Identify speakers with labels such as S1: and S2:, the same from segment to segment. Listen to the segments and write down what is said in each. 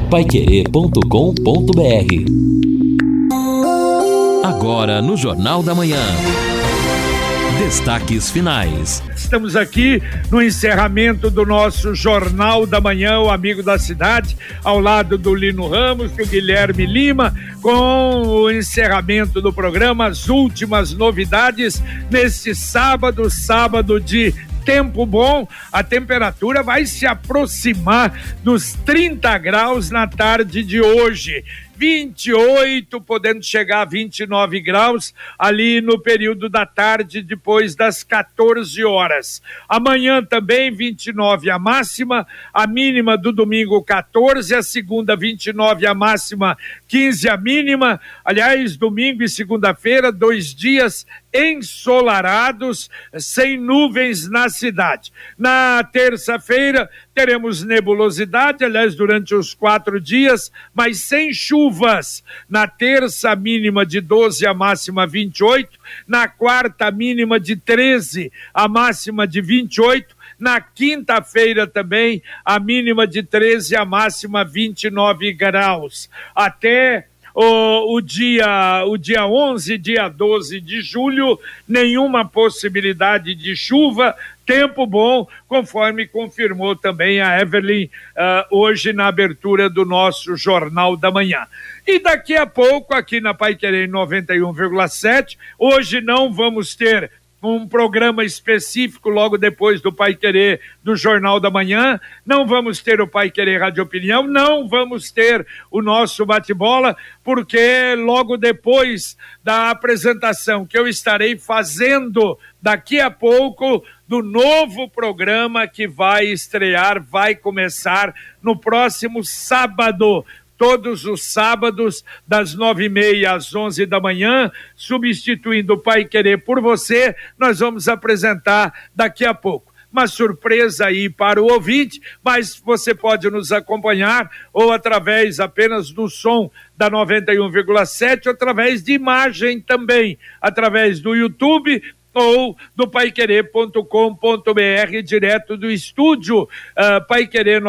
S1: paiquerê.com.br. Agora no Jornal da Manhã. Destaques finais.
S2: Estamos aqui no encerramento do nosso Jornal da Manhã, o Amigo da Cidade, ao lado do Lino Ramos, do Guilherme Lima, com o encerramento do programa, as últimas novidades neste sábado de tempo bom. A temperatura vai se aproximar dos 30 graus na tarde de hoje. 28, podendo chegar a 29 graus ali no período da tarde, depois das 14 horas. Amanhã também 29 a máxima, a mínima do domingo 14, a segunda 29 a máxima, 15 a mínima. Aliás, domingo e segunda-feira, 2 dias ensolarados, sem nuvens na cidade. Na terça-feira teremos nebulosidade, aliás, durante os 4 dias, mas sem chuvas. Na terça, mínima de 12, a máxima 28. Na quarta, mínima de 13, a máxima de 28. Na quinta-feira também, a mínima de 13, a máxima 29 graus. Até o dia 11, dia 12 de julho, nenhuma possibilidade de chuva, tempo bom, conforme confirmou também a Evelyn hoje na abertura do nosso Jornal da Manhã. E daqui a pouco, aqui na Paiquerê 91,7, hoje não vamos ter um programa específico logo depois do Paiquerê do Jornal da Manhã, não vamos ter o Paiquerê Rádio Opinião, não vamos ter o nosso bate-bola, porque logo depois da apresentação que eu estarei fazendo daqui a pouco do novo programa que vai estrear, vai começar no próximo sábado, todos os sábados, das 9h30 às 11 da manhã, substituindo o Paiquerê por você, nós vamos apresentar daqui a pouco. Uma surpresa aí para o ouvinte, mas você pode nos acompanhar ou através apenas do som da 91,7, ou através de imagem também, através do YouTube ou do paiquerê.com.br, direto do estúdio Paiquerê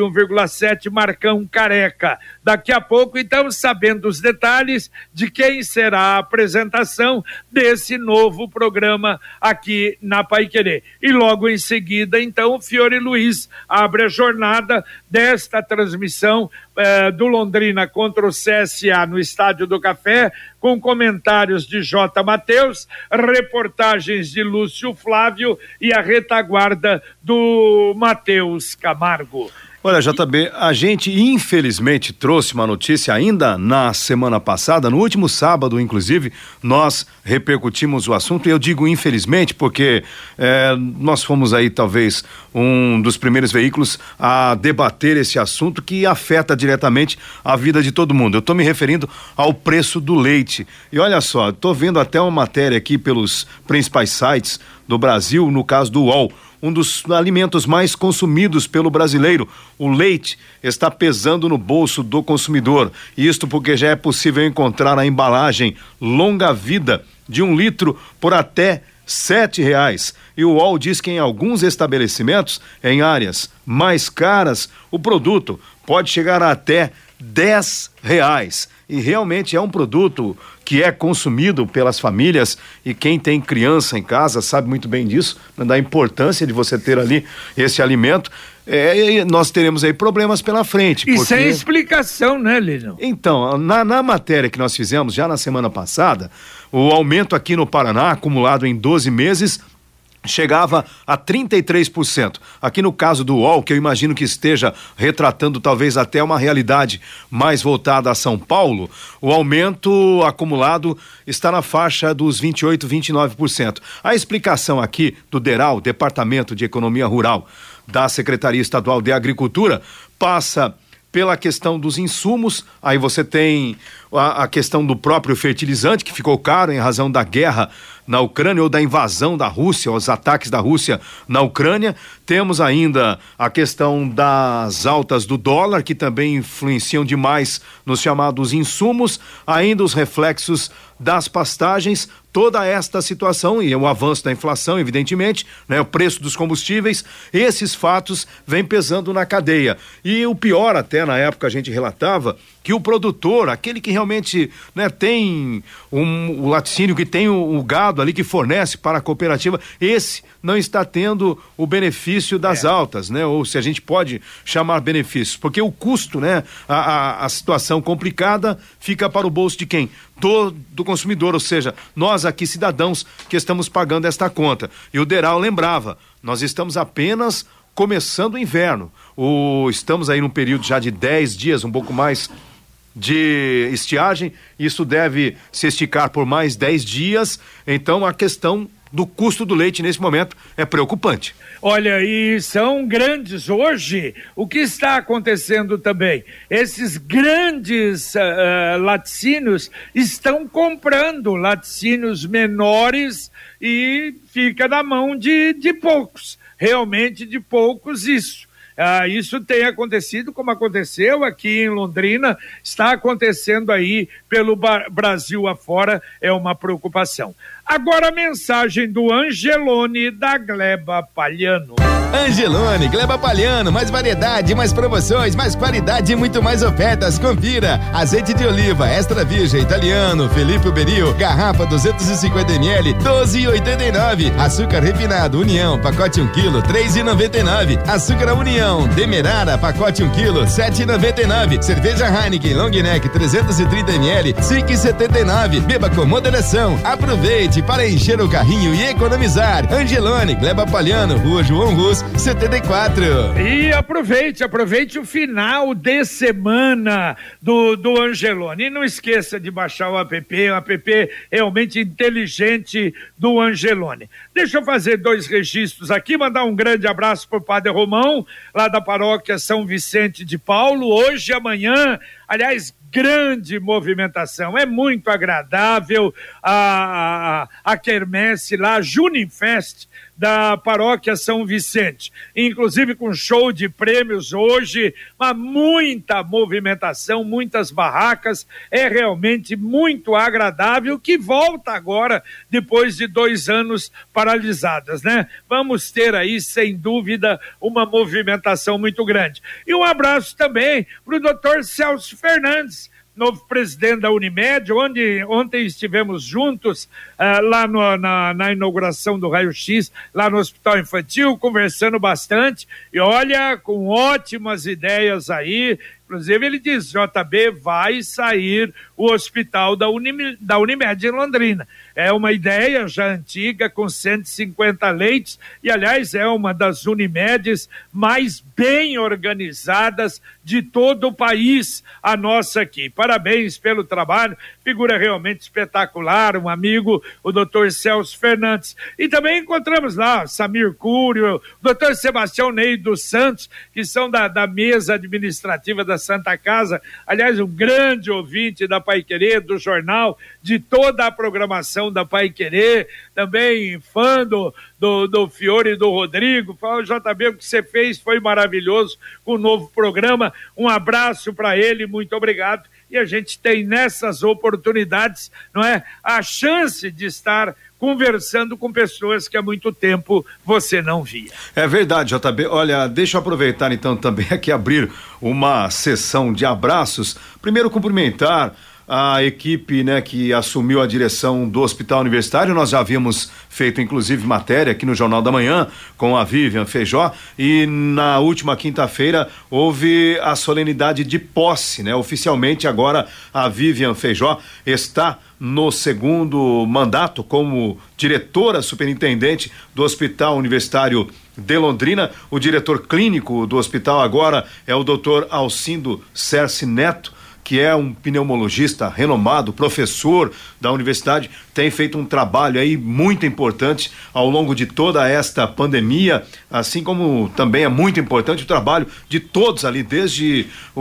S2: 91,7, Marcão Careca. Daqui a pouco, então, sabendo os detalhes de quem será a apresentação desse novo programa aqui na Paiquerê. E logo em seguida, então, o Fiore Luiz abre a jornada desta transmissão do Londrina contra o CSA no Estádio do Café, com comentários de J. Matheus, reportagens de Lúcio Flávio e a retaguarda do Matheus Camargo.
S3: Olha, JB, a gente infelizmente trouxe uma notícia ainda na semana passada, no último sábado, inclusive, nós repercutimos o assunto, e eu digo infelizmente porque nós fomos aí talvez um dos primeiros veículos a debater esse assunto que afeta diretamente a vida de todo mundo. Eu estou me referindo ao preço do leite. E olha só, estou vendo até uma matéria aqui pelos principais sites do Brasil, no caso do UOL. Um dos alimentos mais consumidos pelo brasileiro, o leite, está pesando no bolso do consumidor. Isto porque já é possível encontrar a embalagem longa vida de 1 litro por até R$7. E o UOL diz que em alguns estabelecimentos, em áreas mais caras, o produto pode chegar a até R$10. E realmente é um produto que é consumido pelas famílias, e quem tem criança em casa sabe muito bem disso, da importância de você ter ali esse alimento. Nós teremos aí problemas pela frente.
S2: E porque... sem explicação, né, Lino?
S3: Então, na matéria que nós fizemos já na semana passada, o aumento aqui no Paraná, acumulado em 12 meses, chegava a 33%. Aqui no caso do UOL, que eu imagino que esteja retratando talvez até uma realidade mais voltada a São Paulo, o aumento acumulado está na faixa dos 28%, 29%. A explicação aqui do DERAL, Departamento de Economia Rural da Secretaria Estadual de Agricultura, passa pela questão dos insumos. Aí você tem a questão do próprio fertilizante, que ficou caro em razão da guerra na Ucrânia, ou da invasão da Rússia, os ataques da Rússia na Ucrânia. Temos ainda a questão das altas do dólar, que também influenciam demais nos chamados insumos, ainda os reflexos das pastagens, toda esta situação e o avanço da inflação, evidentemente, né? O preço dos combustíveis, esses fatos vêm pesando na cadeia. E o pior até na época a gente relatava que o produtor, aquele que realmente, né, tem o laticínio, que tem o gado ali que fornece para a cooperativa, esse não está tendo o benefício das altas, né? Ou se a gente pode chamar benefícios, porque o custo, né? A situação complicada fica para o bolso de quem? Do consumidor, ou seja, nós aqui cidadãos que estamos pagando esta conta. E o Deral lembrava, nós estamos apenas começando o inverno, estamos aí num período já de 10 dias, um pouco mais de estiagem, isso deve se esticar por mais 10 dias, então a questão do custo do leite nesse momento é preocupante.
S2: Olha, e são grandes hoje, o que está acontecendo também? Esses grandes laticínios estão comprando laticínios menores e fica na mão de poucos, realmente de poucos isso. Isso tem acontecido, como aconteceu aqui em Londrina, está acontecendo aí pelo Brasil afora, é uma preocupação. Agora a mensagem do Angelone da Gleba Palhano.
S4: Angelone, Gleba Palhano, mais variedade, mais promoções, mais qualidade e muito mais ofertas. Confira: azeite de oliva extra virgem italiano Felipe Beril, garrafa 250ml, 12,89. Açúcar refinado União, pacote 1 kg, 3,99. Açúcar União Demerara, pacote 1 kg, 7,99. Cerveja Heineken Long Neck 330ml, 5,79. Beba com moderação. Aproveite para encher o carrinho e economizar. Angelone, Gleba Palhano, Rua João Rus, 74.
S2: E aproveite o final de semana do Angelone. E não esqueça de baixar o app realmente inteligente do Angelone. Deixa eu fazer 2 registros aqui, mandar um grande abraço pro Padre Romão, lá da paróquia São Vicente de Paulo, hoje e amanhã, aliás, grande movimentação, é muito agradável a quermesse lá, Juninfest, da paróquia São Vicente, inclusive com show de prêmios hoje, mas muita movimentação, muitas barracas, é realmente muito agradável, que volta agora, depois de 2 anos paralisadas, né? Vamos ter aí, sem dúvida, uma movimentação muito grande. E um abraço também para o doutor Celso Fernandes, novo presidente da Unimed, onde ontem estivemos juntos lá na inauguração do raio-x, lá no Hospital Infantil, conversando bastante, e olha, com ótimas ideias aí. Inclusive ele diz, JB, vai sair o hospital da Unimed em Londrina. É uma ideia já antiga, com 150 leitos, e aliás é uma das Unimedes mais bem organizadas de todo o país, a nossa aqui. Parabéns pelo trabalho, figura realmente espetacular, um amigo, o doutor Celso Fernandes. E também encontramos lá Samir Cúrio, o doutor Sebastião Ney dos Santos, que são da mesa administrativa da Santa Casa, aliás, um grande ouvinte da Paiquerê, do jornal, de toda a programação da Paiquerê, também fã do Fiore e do Rodrigo. Fala, JB, o que você fez foi maravilhoso com o novo programa, um abraço para ele, muito obrigado. E a gente tem nessas oportunidades, não é, a chance de estar conversando com pessoas que há muito tempo você não via.
S3: É verdade, JB. Olha, deixa eu aproveitar então também aqui abrir uma sessão de abraços. Primeiro cumprimentar a equipe, né, que assumiu a direção do Hospital Universitário. Nós já havíamos feito inclusive matéria aqui no Jornal da Manhã com a Vivian Feijó, e na última quinta-feira houve a solenidade de posse, né? Oficialmente agora a Vivian Feijó está no 2º mandato como diretora superintendente do Hospital Universitário de Londrina. O diretor clínico do hospital agora é o Dr. Alcindo Cerci Neto, que é um pneumologista renomado, professor da universidade, tem feito um trabalho aí muito importante ao longo de toda esta pandemia, assim como também é muito importante o trabalho de todos ali, desde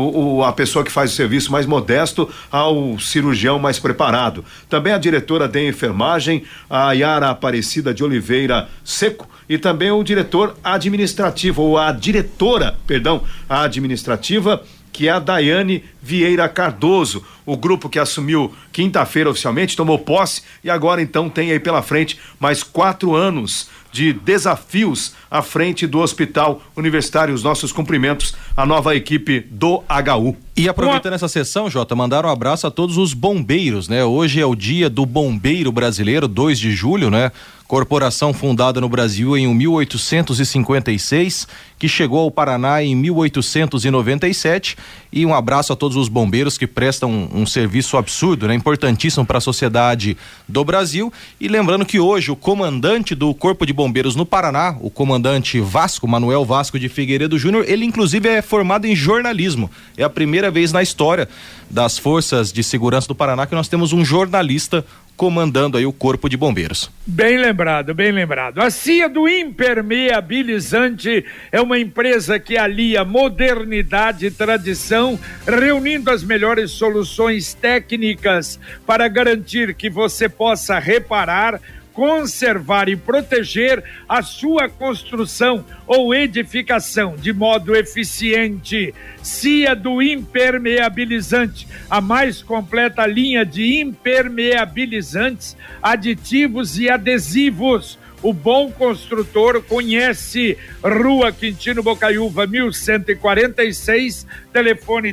S3: a pessoa que faz o serviço mais modesto ao cirurgião mais preparado. Também a diretora de enfermagem, a Yara Aparecida de Oliveira Seco, e também o diretor administrativo, ou a diretora, perdão, administrativa, que é a Daiane Vieira Cardoso. O grupo que assumiu quinta-feira oficialmente tomou posse e agora então tem aí pela frente mais 4 anos de desafios à frente do Hospital Universitário. Os nossos cumprimentos à nova equipe do HU.
S5: E aproveitando essa sessão, Jota, mandaram um abraço a todos os bombeiros, né? Hoje é o dia do bombeiro brasileiro, 2 de julho, né? Corporação fundada no Brasil em 1856, que chegou ao Paraná em 1897, e um abraço a todos os bombeiros que prestam um serviço absurdo, né? Importantíssimo para a sociedade do Brasil. E lembrando que hoje o comandante do Corpo de Bombeiros no Paraná, o comandante Vasco, Manuel Vasco de Figueiredo Júnior, ele inclusive é formado em jornalismo. É a primeira vez na história das forças de segurança do Paraná que nós temos um jornalista comandando aí o Corpo de Bombeiros.
S2: Bem lembrado, bem lembrado. A CIA do Impermeabilizante é uma empresa que alia modernidade e tradição, reunindo as melhores soluções técnicas para garantir que você possa reparar, conservar e proteger a sua construção ou edificação de modo eficiente. CIA do Impermeabilizante, a mais completa linha de impermeabilizantes, aditivos e adesivos. O bom construtor conhece. Rua Quintino Bocaiúva, 1146, telefone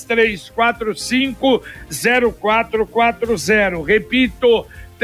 S2: 3345-0440. Repito,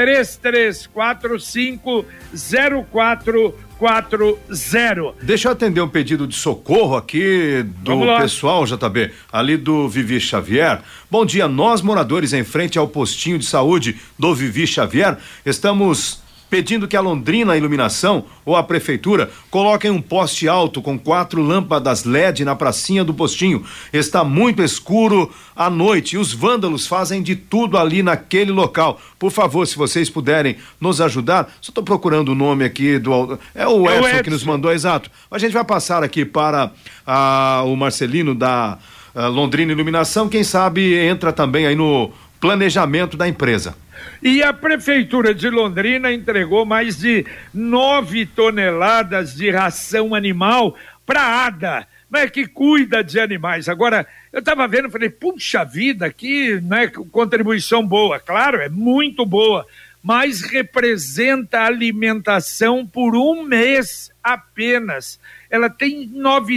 S2: 3345-0440.
S3: Deixa eu atender um pedido de socorro aqui do pessoal, JB, ali do Vivi Xavier. Bom dia, nós moradores em frente ao postinho de saúde do Vivi Xavier, estamos pedindo que a Londrina Iluminação ou a prefeitura coloquem um poste alto com 4 lâmpadas LED na pracinha do postinho. Está muito escuro à noite e os vândalos fazem de tudo ali naquele local. Por favor, se vocês puderem nos ajudar, só estou procurando o nome aqui do... É o Edson que nos mandou, exato. A gente vai passar aqui para o Marcelino da Londrina Iluminação, quem sabe entra também aí no planejamento da empresa.
S2: E a Prefeitura de Londrina entregou mais de 9 toneladas de ração animal para a ADA, né, que cuida de animais. Agora, eu estava vendo e falei, puxa vida, que, né, contribuição boa. Claro, é muito boa, mas representa alimentação por um mês apenas. Ela tem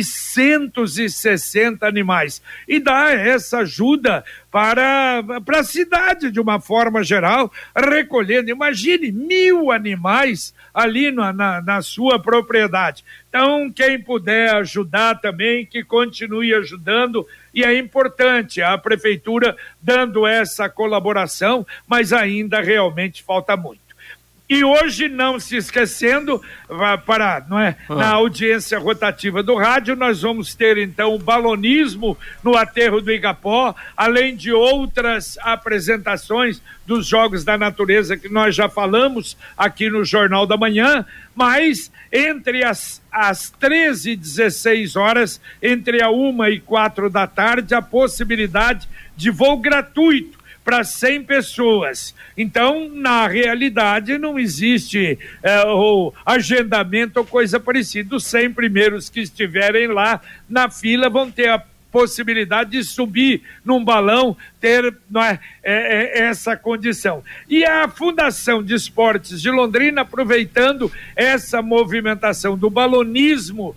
S2: 960 animais e dá essa ajuda para a cidade de uma forma geral, recolhendo, imagine, 1.000 animais ali na sua propriedade. Então, quem puder ajudar também, que continue ajudando, e é importante a prefeitura dando essa colaboração, mas ainda realmente falta muito. E hoje, não se esquecendo, na audiência rotativa do rádio, nós vamos ter então o balonismo no Aterro do Igapó, além de outras apresentações dos Jogos da Natureza que nós já falamos aqui no Jornal da Manhã, mas entre as 13 e 16 horas, entre a 1 e 4 da tarde, a possibilidade de voo gratuito para 100 pessoas. Então, na realidade, não existe o agendamento ou coisa parecida. Os 100 primeiros que estiverem lá na fila vão ter a possibilidade de subir num balão, ter essa condição. E a Fundação de Esportes de Londrina, aproveitando essa movimentação do balonismo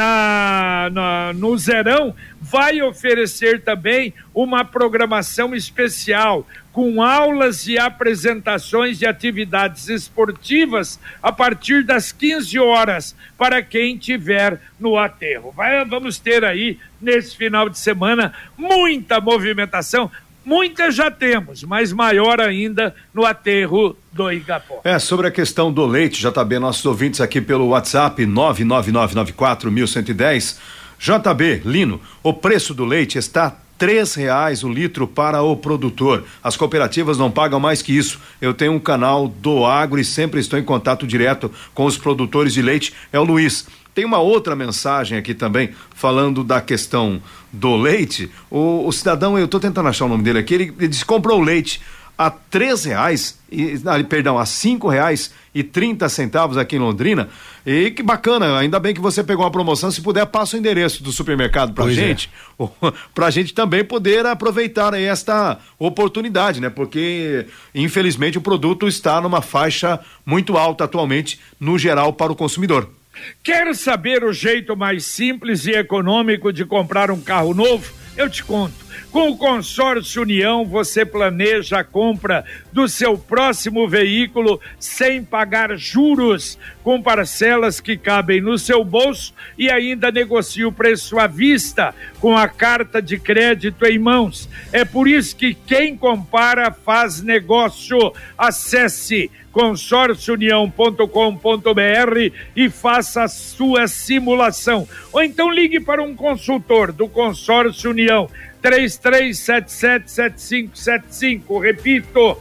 S2: no Zerão, vai oferecer também uma programação especial com aulas e apresentações de atividades esportivas a partir das 15 horas para quem tiver no aterro. Vamos ter aí nesse final de semana muita movimentação. Muitas já temos, mas maior ainda no Aterro do Igapó.
S3: Sobre a questão do leite, JB, nossos ouvintes aqui pelo WhatsApp 99994-1110. JB, Lino, o preço do leite está R$3 o litro para o produtor. As cooperativas não pagam mais que isso. Eu tenho um canal do Agro e sempre estou em contato direto com os produtores de leite. É o Luiz. Tem uma outra mensagem aqui também, falando da questão do leite. O cidadão, eu estou tentando achar o nome dele aqui, ele disse, comprou leite a R$3, a R$5,30 aqui em Londrina. E que bacana, ainda bem que você pegou uma promoção. Se puder, passa o endereço do supermercado pra gente, pra gente também poder aproveitar aí esta oportunidade, né? Porque infelizmente o produto está numa faixa muito alta atualmente, no geral, para o consumidor.
S2: Quer saber o jeito mais simples e econômico de comprar um carro novo? Eu te conto. Com o Consórcio União, você planeja a compra do seu próximo veículo sem pagar juros, com parcelas que cabem no seu bolso e ainda negocia o preço à vista, com a carta de crédito em mãos. É por isso que quem compara faz negócio. Acesse consórciounião.com.br e faça a sua simulação. Ou então ligue para um consultor do Consórcio União, 3377-7575, repito,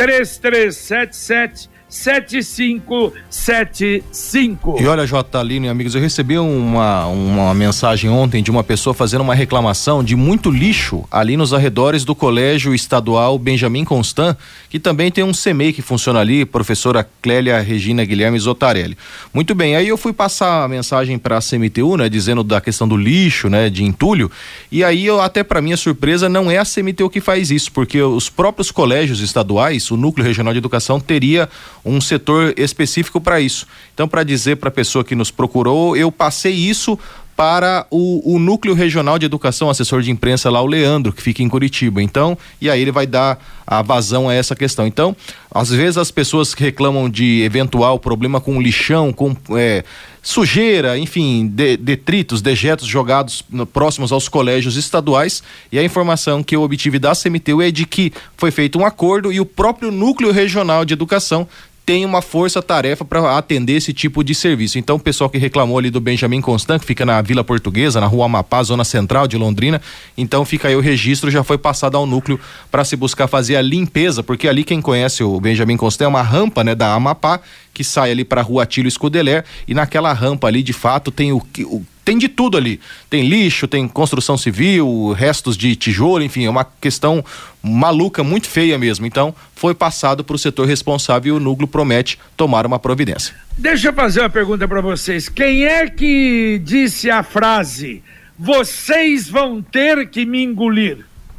S2: 3377-7575.
S5: E olha, J. Aline, amigos, eu recebi uma mensagem ontem de uma pessoa fazendo uma reclamação de muito lixo ali nos arredores do Colégio Estadual Benjamin Constant, que também tem um CEMEI que funciona ali, professora Clélia Regina Guilherme Zotarelli. Muito bem, aí eu fui passar a mensagem para a CMTU, né, dizendo da questão do lixo, né, de entulho, e aí até para minha surpresa não é a CMTU que faz isso, porque os próprios colégios estaduais, o Núcleo Regional de Educação teria um setor específico para isso. Então, para dizer para a pessoa que nos procurou, eu passei isso para o Núcleo Regional de Educação, assessor de imprensa lá, o Leandro, que fica em Curitiba. Então, e aí ele vai dar a vazão a essa questão. Então, às vezes as pessoas que reclamam de eventual problema com lixão, com sujeira, enfim, detritos, dejetos jogados próximos aos colégios estaduais, e a informação que eu obtive da CMTU é de que foi feito um acordo e o próprio Núcleo Regional de Educação tem uma força-tarefa para atender esse tipo de serviço. Então, o pessoal que reclamou ali do Benjamin Constant, que fica na Vila Portuguesa, na Rua Amapá, zona central de Londrina, então fica aí o registro, já foi passado ao núcleo para se buscar fazer a limpeza, porque ali quem conhece o Benjamin Constant é uma rampa, né, da Amapá, que sai ali para a Rua Atílio Scudeler, e naquela rampa ali, de fato, tem tem de tudo ali, tem lixo, tem construção civil, restos de tijolo, enfim, é uma questão maluca, muito feia mesmo. Então, foi passado para o setor responsável e o núcleo promete tomar uma providência.
S2: Deixa eu fazer uma pergunta para vocês. Quem é que disse a frase, vocês vão ter que me engolir?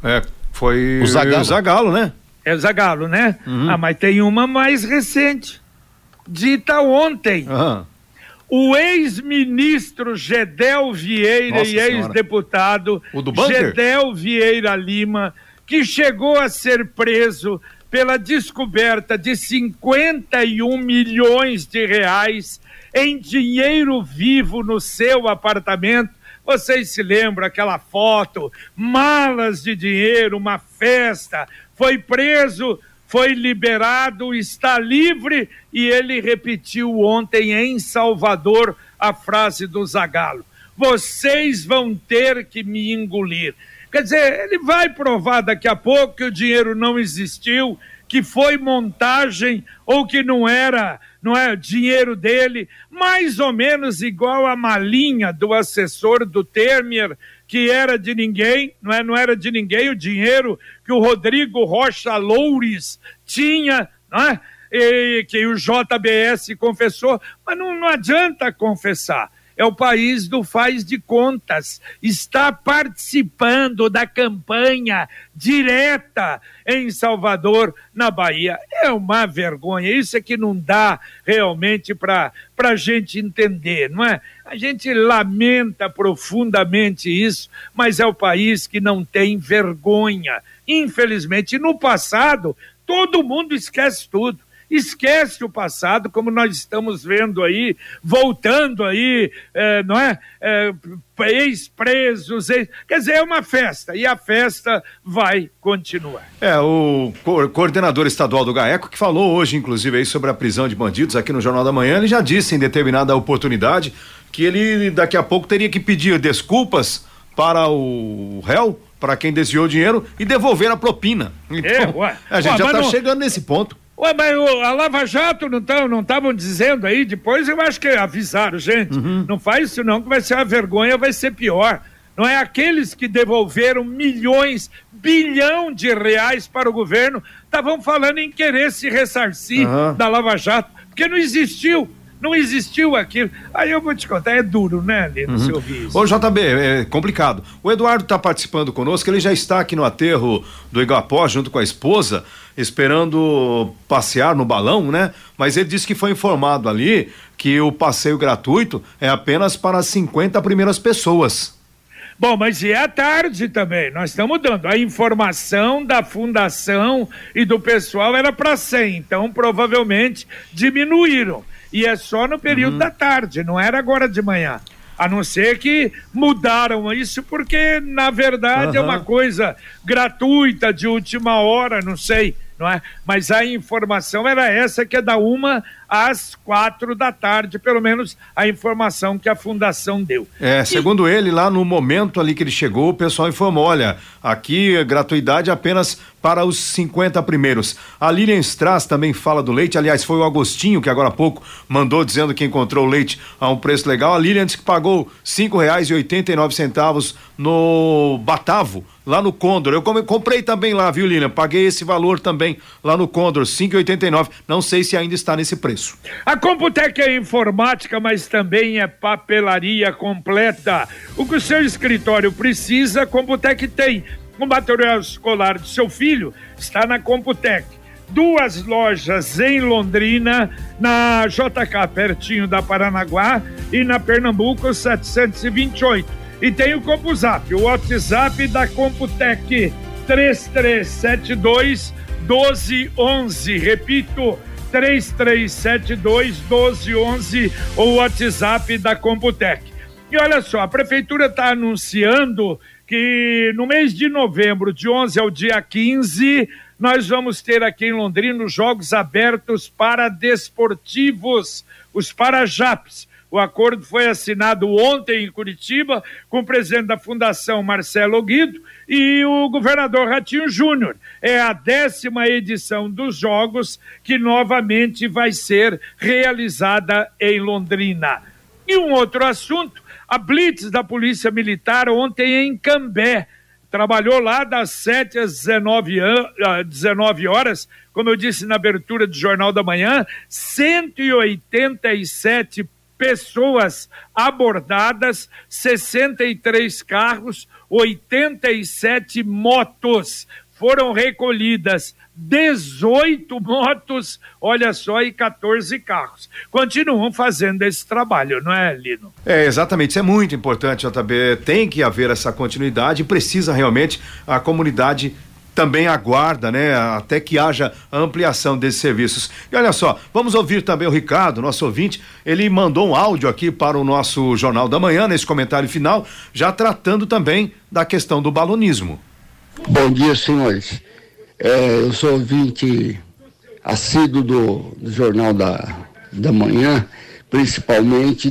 S3: Foi
S5: o
S3: Zagallo, né?
S2: É o Zagallo, né? Uhum. Mas tem uma mais recente, dita ontem.
S3: Uhum.
S2: O ex-ministro Gedel Vieira e ex-deputado Gedel Vieira Lima, que chegou a ser preso pela descoberta de 51 milhões de reais em dinheiro vivo no seu apartamento. Vocês se lembram aquela foto, malas de dinheiro, uma festa, foi preso, foi liberado, está livre, e ele repetiu ontem em Salvador a frase do Zagallo: vocês vão ter que me engolir. Quer dizer, ele vai provar daqui a pouco que o dinheiro não existiu, que foi montagem ou que não é dinheiro dele, mais ou menos igual a malinha do assessor do Temer, que era de ninguém, não era de ninguém o dinheiro que o Rodrigo Rocha Loures tinha, não é? E que o JBS confessou, mas não adianta confessar. É o país do faz de contas, está participando da campanha direta em Salvador, na Bahia. É uma vergonha, isso é que não dá realmente para a gente entender, não é? A gente lamenta profundamente isso, mas é o país que não tem vergonha. Infelizmente, no passado, todo mundo esquece tudo. Esquece o passado, como nós estamos vendo aí, voltando aí, não é? Ex-presos, quer dizer, é uma festa, e a festa vai continuar.
S3: O coordenador estadual do GAECO, que falou hoje, inclusive, aí sobre a prisão de bandidos aqui no Jornal da Manhã, ele já disse em determinada oportunidade que ele daqui a pouco teria que pedir desculpas para o réu, para quem desviou o dinheiro, e devolver a propina. Então, a gente já está chegando nesse ponto.
S2: Ué, mas a Lava Jato não estavam dizendo aí, depois eu acho que avisaram, gente, não faz isso não, que vai ser uma vergonha, vai ser pior. não é? Aqueles que devolveram milhões, bilhão de reais para o governo, estavam falando em querer se ressarcir da Lava Jato, porque não existiu aquilo. Aí eu vou te contar, é duro, né, Lino, se ouvir isso.
S3: Ô, JB, é complicado. O Eduardo está participando conosco, ele já está aqui no aterro do Igapó, junto com a esposa, esperando passear no balão, né? Mas ele disse que foi informado ali que o passeio gratuito é apenas para as 50 primeiras pessoas.
S2: Bom, mas e à tarde também, nós estamos dando a informação da fundação e do pessoal era para 100, então provavelmente diminuíram, e é só no período da tarde, não era agora de manhã, a não ser que mudaram isso porque na verdade é uma coisa gratuita de última hora, não sei, não é? Mas a informação era essa, que é da 1 às 4 da tarde, pelo menos a informação que a fundação deu.
S3: Segundo ele, lá no momento ali que ele chegou, o pessoal informou, olha, aqui gratuidade apenas para os 50 primeiros. A Lilian Strass também fala do leite, aliás, foi o Agostinho que agora há pouco mandou dizendo que encontrou o leite a um preço legal. A Lilian disse que pagou R$5,89 no Batavo, lá no Condor. Eu comprei também lá, viu, Lilian? Paguei esse valor também lá no Condor, R$5,89. Não sei se ainda está nesse preço.
S2: A Computec é informática, mas também é papelaria completa. O que o seu escritório precisa, a Computec tem. O material escolar do seu filho está na Computec. 2 lojas em Londrina, na JK, pertinho da Paranaguá, e na Pernambuco, 728. E tem o CompuZap, o WhatsApp da Computec, 3372-1211. Repito, 3372-1211, ou WhatsApp da Computec. E olha só, a prefeitura está anunciando que no mês de novembro, de 11 ao dia 15, nós vamos ter aqui em Londrina os Jogos Abertos Paradesportivos, os Parajaps. O acordo foi assinado ontem em Curitiba com o presidente da Fundação, Marcelo Guido, e o governador Ratinho Júnior. É a 10ª edição dos Jogos que novamente vai ser realizada em Londrina. E um outro assunto, a Blitz da Polícia Militar ontem em Cambé. Trabalhou lá das 7 às 19 horas, como eu disse na abertura do Jornal da Manhã, 187 pessoas abordadas, 63 carros, 87 motos. Foram recolhidas 18 motos, olha só, e 14 carros. Continuam fazendo esse trabalho, não é, Lino?
S3: Exatamente, isso é muito importante, JB. Tem que haver essa continuidade, precisa realmente, a comunidade também aguarda, né, até que haja ampliação desses serviços. E olha só, vamos ouvir também o Ricardo, nosso ouvinte. Ele mandou um áudio aqui para o nosso Jornal da Manhã, nesse comentário final, já tratando também da questão do balonismo.
S6: Bom dia, senhores. Eu sou ouvinte assíduo do Jornal da Manhã, principalmente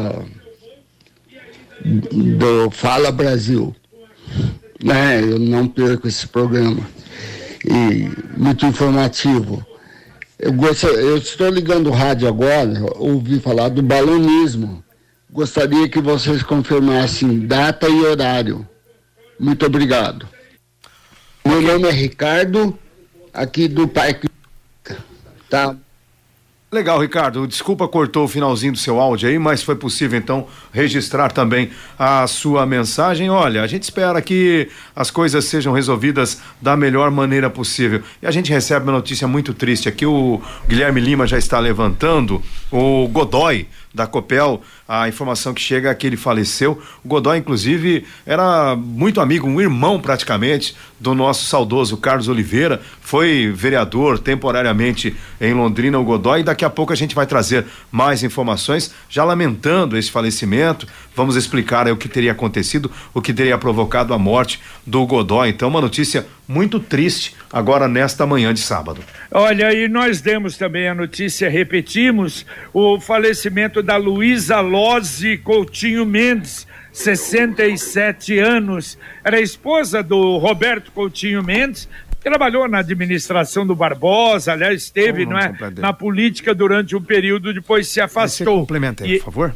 S6: do Fala Brasil. Eu não perco esse programa. E muito informativo. Eu estou ligando o rádio agora, ouvi falar do balonismo. Gostaria que vocês confirmassem data e horário. Muito obrigado. Meu nome é Ricardo, aqui do Parque. Tá?
S3: Legal, Ricardo. Desculpa, cortou o finalzinho do seu áudio aí, mas foi possível então registrar também a sua mensagem. Olha, a gente espera que as coisas sejam resolvidas da melhor maneira possível. E a gente recebe uma notícia muito triste aqui. O Guilherme Lima já está levantando. O Godoy da Copel, a informação que chega é que ele faleceu. O Godoy, inclusive, era muito amigo, um irmão praticamente do nosso saudoso Carlos Oliveira, foi vereador temporariamente em Londrina, o Godoy, e daqui a pouco a gente vai trazer mais informações, já lamentando esse falecimento. Vamos explicar aí o que teria acontecido, o que teria provocado a morte do Godoy. Então, uma notícia muito triste agora nesta manhã de sábado.
S2: Olha, e nós demos também a notícia, repetimos, o falecimento da Luísa Lose Coutinho Mendes, 67 anos, era esposa do Roberto Coutinho Mendes, trabalhou na administração do Barbosa, aliás, esteve na política durante um período, depois se afastou.
S3: Você complementa aí, por favor.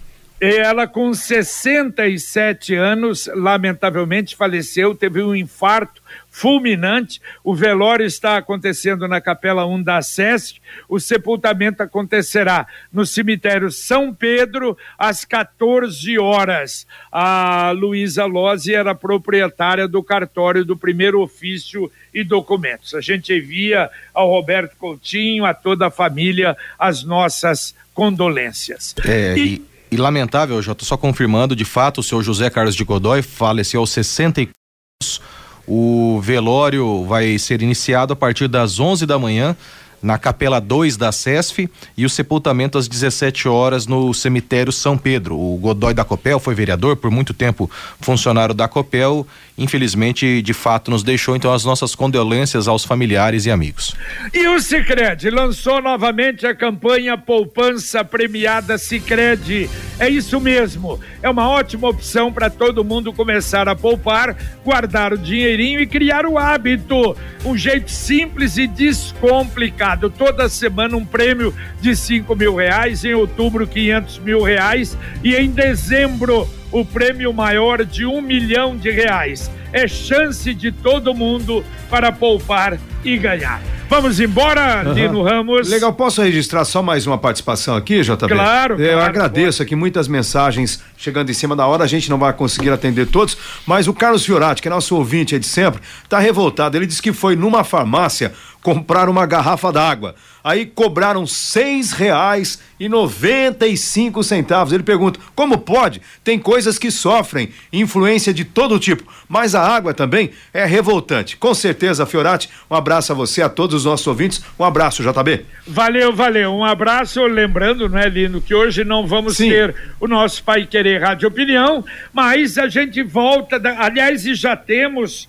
S2: Ela, com 67 anos, lamentavelmente faleceu, teve um infarto fulminante. O velório está acontecendo na Capela 1 da SESC. O sepultamento acontecerá no cemitério São Pedro às 14 horas. A Luísa Lozzi era proprietária do cartório do Primeiro Ofício e Documentos. A gente envia ao Roberto Coutinho, a toda a família, as nossas condolências.
S5: E lamentável, já estou só confirmando, de fato, o senhor José Carlos de Godoy faleceu aos 64 anos. O velório vai ser iniciado a partir das 11 da manhã na Capela 2 da SESF e o sepultamento às 17 horas no cemitério São Pedro. O Godoy da Copel foi vereador, por muito tempo funcionário da Copel, infelizmente, de fato, nos deixou. Então, as nossas condolências aos familiares e amigos.
S2: E o Sicredi lançou novamente a campanha Poupança Premiada Sicredi. É isso mesmo, é uma ótima opção para todo mundo começar a poupar, guardar o dinheirinho e criar o hábito. Um jeito simples e descomplicado. Toda semana um prêmio de R$5.000, em outubro R$500.000 e em dezembro o prêmio maior de R$1 milhão. É chance de todo mundo para poupar e ganhar. Vamos embora, Lino Ramos.
S3: Legal, posso registrar só mais uma participação aqui, JB?
S2: Claro.
S3: Eu agradeço aqui, muitas mensagens chegando em cima da hora, a gente não vai conseguir atender todos, mas o Carlos Fiorati, que é nosso ouvinte aí de sempre, tá revoltado. Ele disse que foi numa farmácia comprar uma garrafa d'água. Aí cobraram R$6,95. Ele pergunta, como pode? Tem coisas que sofrem influência de todo tipo, mas a água também é revoltante. Com certeza, Fiorati, um abraço a você, a todos os nossos ouvintes. Um abraço, JB.
S2: Valeu. Um abraço, lembrando, não é, Lino, que hoje não vamos ter o nosso Pai Querer Rádio Opinião, mas a gente volta, aliás, e já temos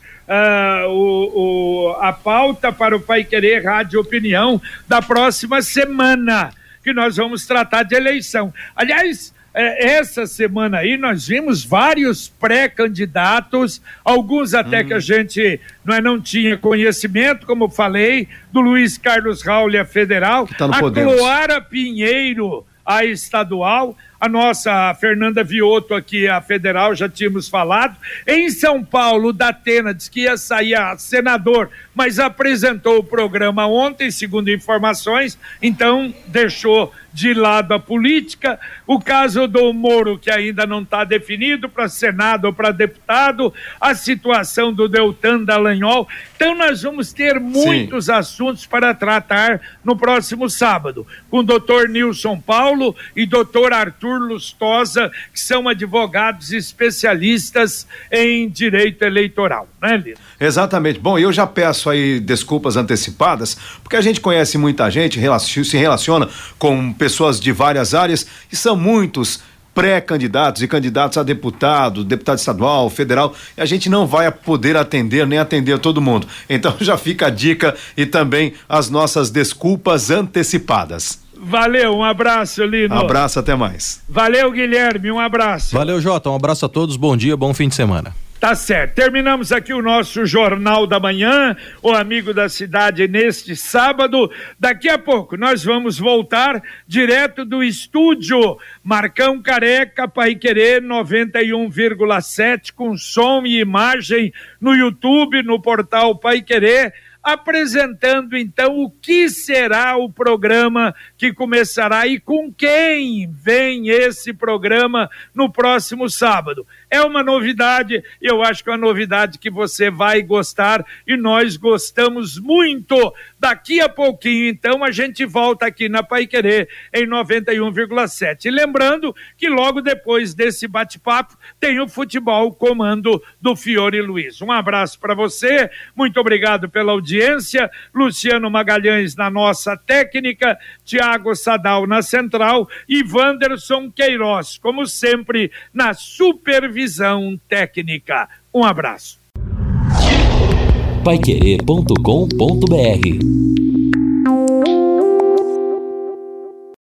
S2: a pauta para o Pai Querer Rádio Opinião da próxima semana, que nós vamos tratar de eleição. Aliás, essa semana aí nós vimos vários pré-candidatos, alguns até que a gente não tinha conhecimento, como falei, do Luiz Carlos Raul, a federal, a Cloara Pinheiro, a estadual, a nossa Fernanda Vioto aqui, a federal, já tínhamos falado. Em São Paulo, o Datena disse que ia sair a senador, mas apresentou o programa ontem, segundo informações, então deixou de lado a política. O caso do Moro, que ainda não está definido para Senado ou para deputado, a situação do Deltan Dallagnol. Então nós vamos ter muitos assuntos para tratar no próximo sábado, com o doutor Nilson Paulo e doutor Arthur Lustosa, que são advogados especialistas em direito eleitoral, né, Lino?
S3: Exatamente. Bom, eu já peço aí desculpas antecipadas, porque a gente conhece muita gente, se relaciona com pessoas de várias áreas, e são muitos pré-candidatos e candidatos a deputado estadual, federal, e a gente não vai poder atender, nem atender todo mundo. Então já fica a dica e também as nossas desculpas antecipadas.
S2: Valeu, um abraço, Lino.
S3: Um abraço, até mais.
S2: Valeu, Guilherme, um abraço.
S5: Valeu, Jota, um abraço a todos, bom dia, bom fim de semana.
S2: Tá certo, terminamos aqui o nosso Jornal da Manhã, o Amigo da Cidade, neste sábado. Daqui a pouco nós vamos voltar direto do estúdio Marcão Careca, Pai Querer 91,7, com som e imagem no YouTube, no portal Pai Querer, apresentando então o que será o programa que começará e com quem vem esse programa no próximo sábado. É uma novidade, eu acho que é uma novidade que você vai gostar e nós gostamos muito. Daqui a pouquinho, então, a gente volta aqui na Pai Querer em 91,7. E lembrando que logo depois desse bate-papo tem o futebol comando do Fiore Luiz. Um abraço para você, muito obrigado pela audiência. Luciano Magalhães na nossa técnica, Tiago Sadal na central e Wanderson Queiroz, como sempre, na supervisão técnica. Um abraço.
S1: paiquerê.com.br